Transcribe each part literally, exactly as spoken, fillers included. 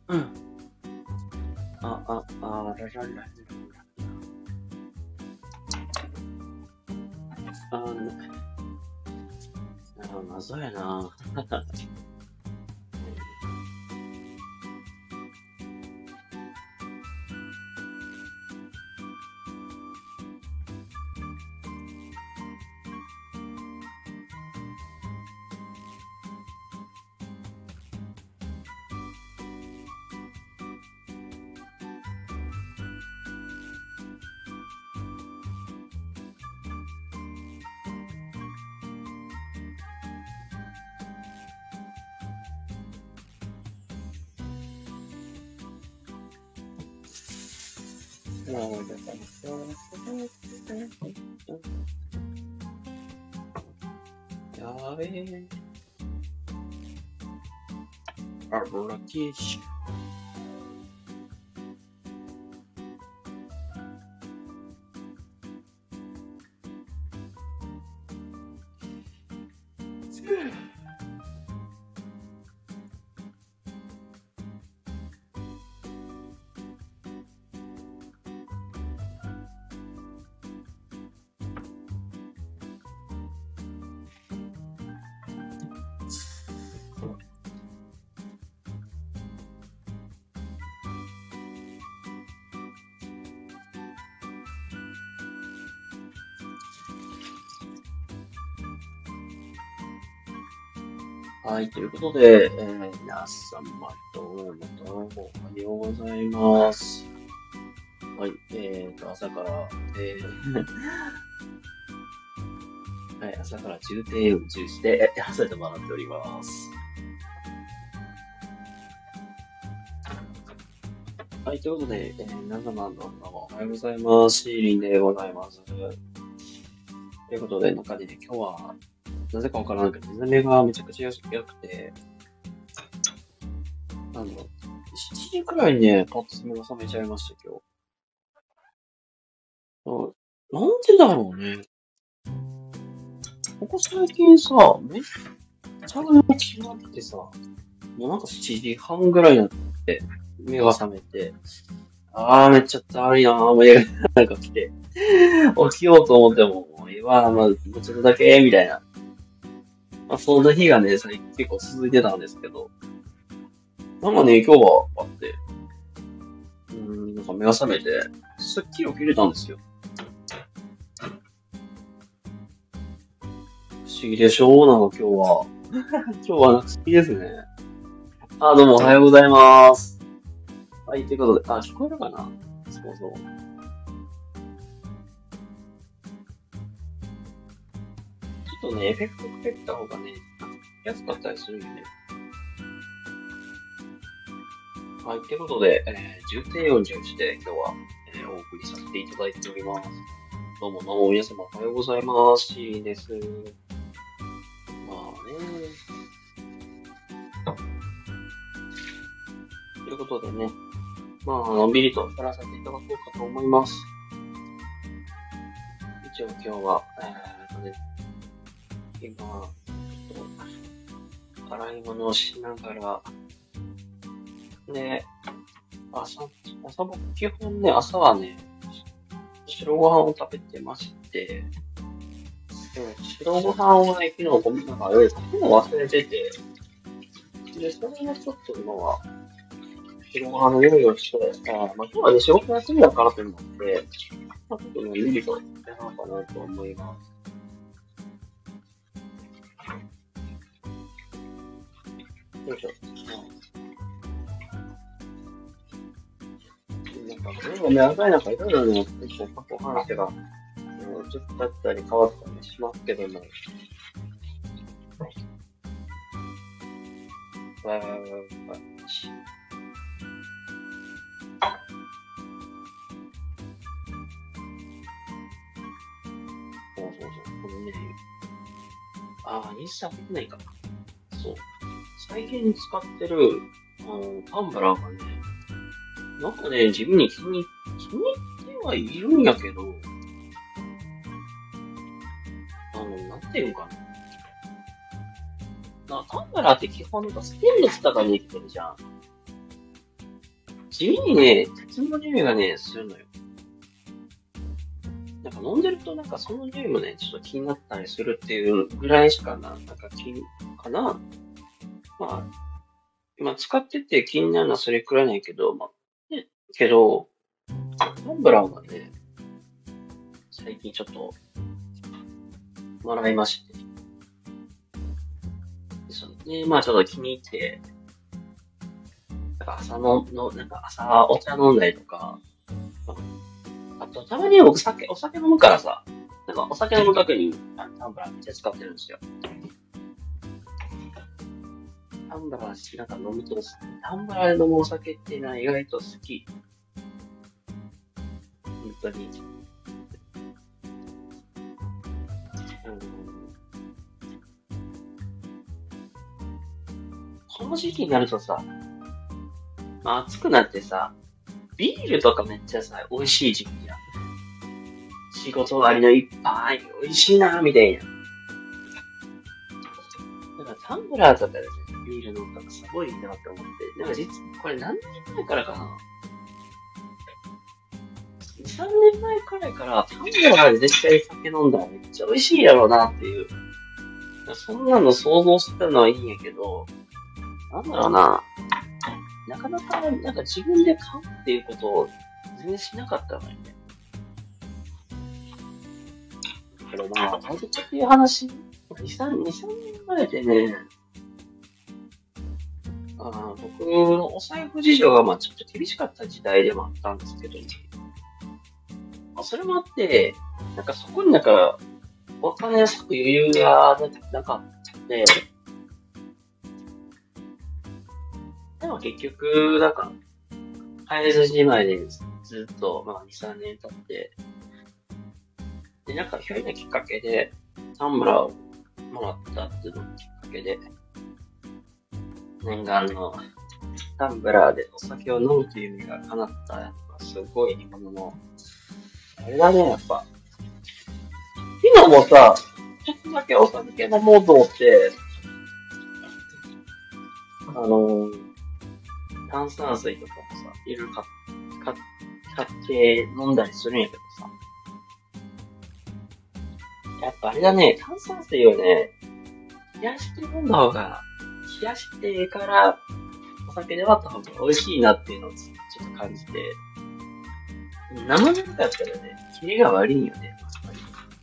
うん。あ、あ、あ、ららららら。あー、あー、謎やな。やべえ。あ、ブラキッシュ。はい、ということで、えー、皆様どうもどうもおはようございます。はい、えーと、朝から、えーはい、朝から重低運中してやらせてもらっております。はい、ということで、えー、皆様どうもおはようございます。シーリンでございます。ということで、なんかね、今日は、なぜかわからないけど、寝目がめちゃくちゃ良くて、あの、しちじくらいにね、パッと目が覚めちゃいました、今日。あ、なんでだろうね。ここ最近さ、めっちゃ寝起きがってさ、もうなんかしちじはんぐらいになって、目が覚めて、あーめっちゃだるいなー、思いながらなんか来て、起きようと思っても、もう今、まあ、もうちょっとだけ、みたいな。まあ、そんな日がね、最近結構続いてたんですけど、なんかね、今日はあって、うーん、なんか目が覚めて、すっきり起きれたんですよ。不思議でしょうなんか今日は。今日はなんか不思議ですね。あ、どうもおはようございます。はい、ということで、あ、聞こえるかな。そうそう。ちょっとね、エフェクトかけた方がね、安かったりするんでね。はい、ということで、えー、重低音順して今日は、えー、お送りさせていただいております。どうもどうも皆様おはようございます。シーリンです。まあね、ということでね、まあ、のんびりとやらせていただこうかと思います。一応今日は、えーとね、今、ちょっと、洗い物をしながら、で、朝、朝僕基本ね、朝はね、白ご飯を食べてまして、でも白ご飯をね、昨日ごめんなさい、夜食べるの忘れてて、で、それがちょっと今は、白ご飯の用意をして、あまあ、今日はね、仕事休みだからというのもあって、まあ、ちょっとね、ゆりとやろうかなと思います。よいしょ。なんか、ごめんなさい、なんかいろいろね、結構過去話が、うん、ちょっとだったり変わったりしますけども、わーわーわーわーそうそうそう、このね、あー、インスタ見てないかな。そう。最近使ってる、あの、タンブラーがね、なんかね、自分に気に、気に入ってはいるんやけど、あの、なんていうのかな。な、タンブラーって基本なんかステンレスとかにできてるじゃん。 地味にね、鉄の匂いがね、するのよ。なんか飲んでるとなんかその匂いもね、ちょっと気になったりするっていうぐらいしかな、なんか気かな。まあ、今使ってて気になるのはそれくらいないけど、まあ、ね、けど、タンブラーがね、最近ちょっと、もらいまして。で、まあちょっと気に入って、なんか朝の、の、なんか朝お茶飲んだりとか、あとたまに僕酒、お酒飲むからさ、なんかお酒飲むときにタンブラーめっちゃ使ってるんですよ。タンブラーなんか飲むと、タンブラーで飲むお酒っていうのは意外と好き。本当に。うん、この時期になるとさ、まあ、暑くなってさ、ビールとかめっちゃさ、美味しい時期じゃん。仕事終わりの一杯、美味しいなみたいな。だからタンブラーとかでね、ビール飲んだらすごいいいなって思って。なんか実、これ何年前からかな ?に、さんねんまえくらいからタンブラーで絶対酒飲んだらめっちゃ美味しいやろうなっていう。そんなの想像してたのはいいんやけど、なんだろうな。なかなか、なんか自分で買うっていうことを全然しなかったのよね。だからまあ、大切っていう話、に、さん、に、さんねんまえでね、あ僕のお財布事情がまあちょっと厳しかった時代でもあったんですけど、まあ、それもあって、なんかそこになんか、お金を割く余裕がなかったんで、でも結局、なんか、買えずじまいでずっと、まあに、さんねん経って、で、なんかひょいなきっかけで、タンブラーをもらったっていうのがきっかけで、念願のタンブラーでお酒を飲むという夢が叶ったのがすごいものの、あれだね、やっぱ。昨日もさ、ちょっとだけお酒飲もうと思って、あのー、炭酸水とかもさ、いろいろ買買買って飲んだりするんやけどさ、やっぱあれだね、炭酸水をね、冷やして飲んだ方が、冷やしてからお酒で割った方が美味しいなっていうのをちょっと感じて、生飲みだったらね、キレが悪いんよね、やっぱり。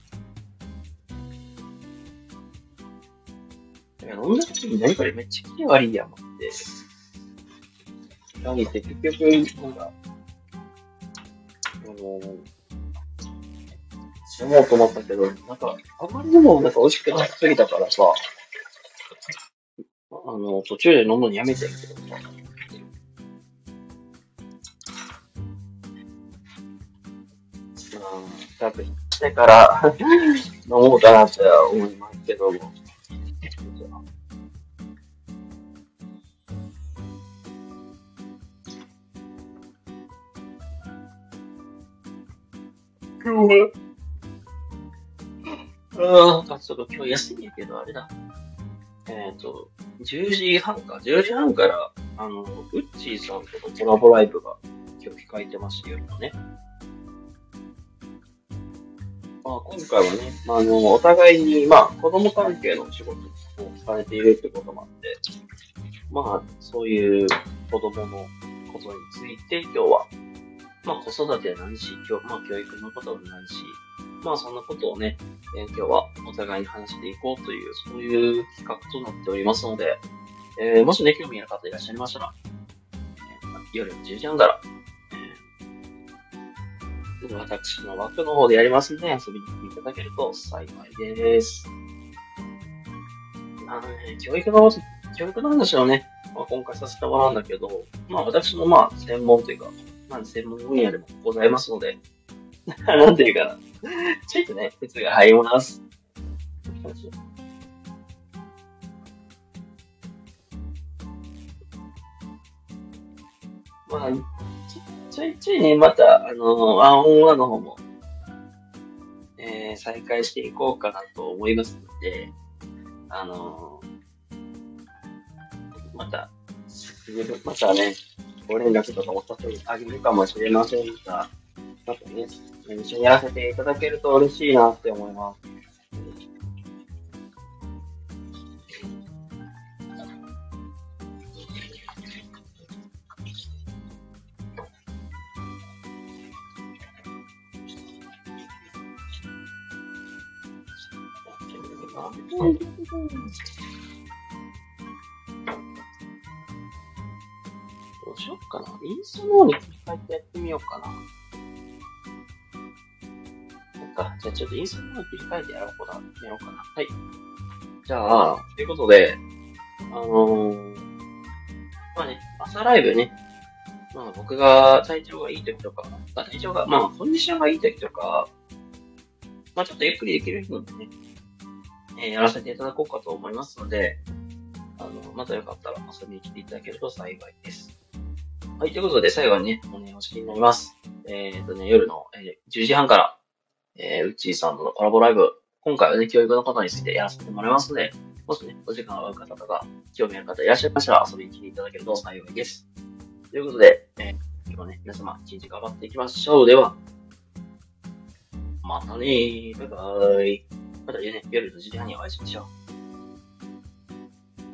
だから飲んだ時に何これめっちゃキレ悪いやん、思って。何って結局、なんか、あのー、飲もうと思ったけど、なんか、あまりにもなんか美味しくなさすぎたからさ、あの、途中で飲むのやめてんけどさ。うん、近くしてから飲もうかなって思いますけども。今日は、ああ、ちょっと今日休みやけど、あれだ。えっと、じゅうじはんか、じゅうじはんから、あの、ウッチーさんとのコラボライブが今日控えてましてよね。まあ、今回はね、まあ、あの、お互いに、まあ、子供関係の仕事をされているってこともあって、まあ、そういう子供のことについて今日は、まあ、子育ては何し、今日、まあ、教育のことも何し、まあ、そんなことをね、えー今日はお互いに話していこうという、そういう企画となっておりますので、えーもしね、興味ある方いらっしゃいましたら、えー夜じゅうじはんから、えー私の枠の方でやりますんで、遊びに来ていただけると幸いです。まあね、教育の、教育の話をね、まあ、今回させてもらうんだけど、まあ私のまあ専門というか、まあ専門分野でもございますので、なんていうかな、ちょいとね、鉄が入ります。まあ、ちちょいちょいね、また、あの、ワンオンワンの方も、えー再開していこうかなと思いますので、あの、また、またね、 ご連絡とかお誘いあげるかもしれませんが、またね、一緒にやらせていただけると嬉しいなって思います。どうしよっかな。インストの方に切り替えてやってみようかな。そっか。じゃあちょっとインストの方に切り替えてやろうかな。やろうかな。はい。じゃあ、ということで、あのー、まあね、朝ライブね、まあ僕が体調がいい時とか、体調が、まあコンディションがいい時とか、まあちょっとゆっくりできる日にね、えー、やらせていただこうかと思いますので、あの、またよかったら遊びに来ていただけると幸いです。はい、ということで最後にね、お願いしになります。えっ、ー、とね、夜の、えー、じゅうじはんから、えー、うっちーさんとのコラボライブ、今回はね、教育のことについてやらせてもらいますので、もしね、お時間が合う方とか、興味ある方いらっしゃいましたら遊びに来ていただけると幸いです。ということで、えー、今日はね、皆様一日頑張っていきましょう。では、またねー。バイバーイ。またね、夜のじゅうじはんにお会いしましょう。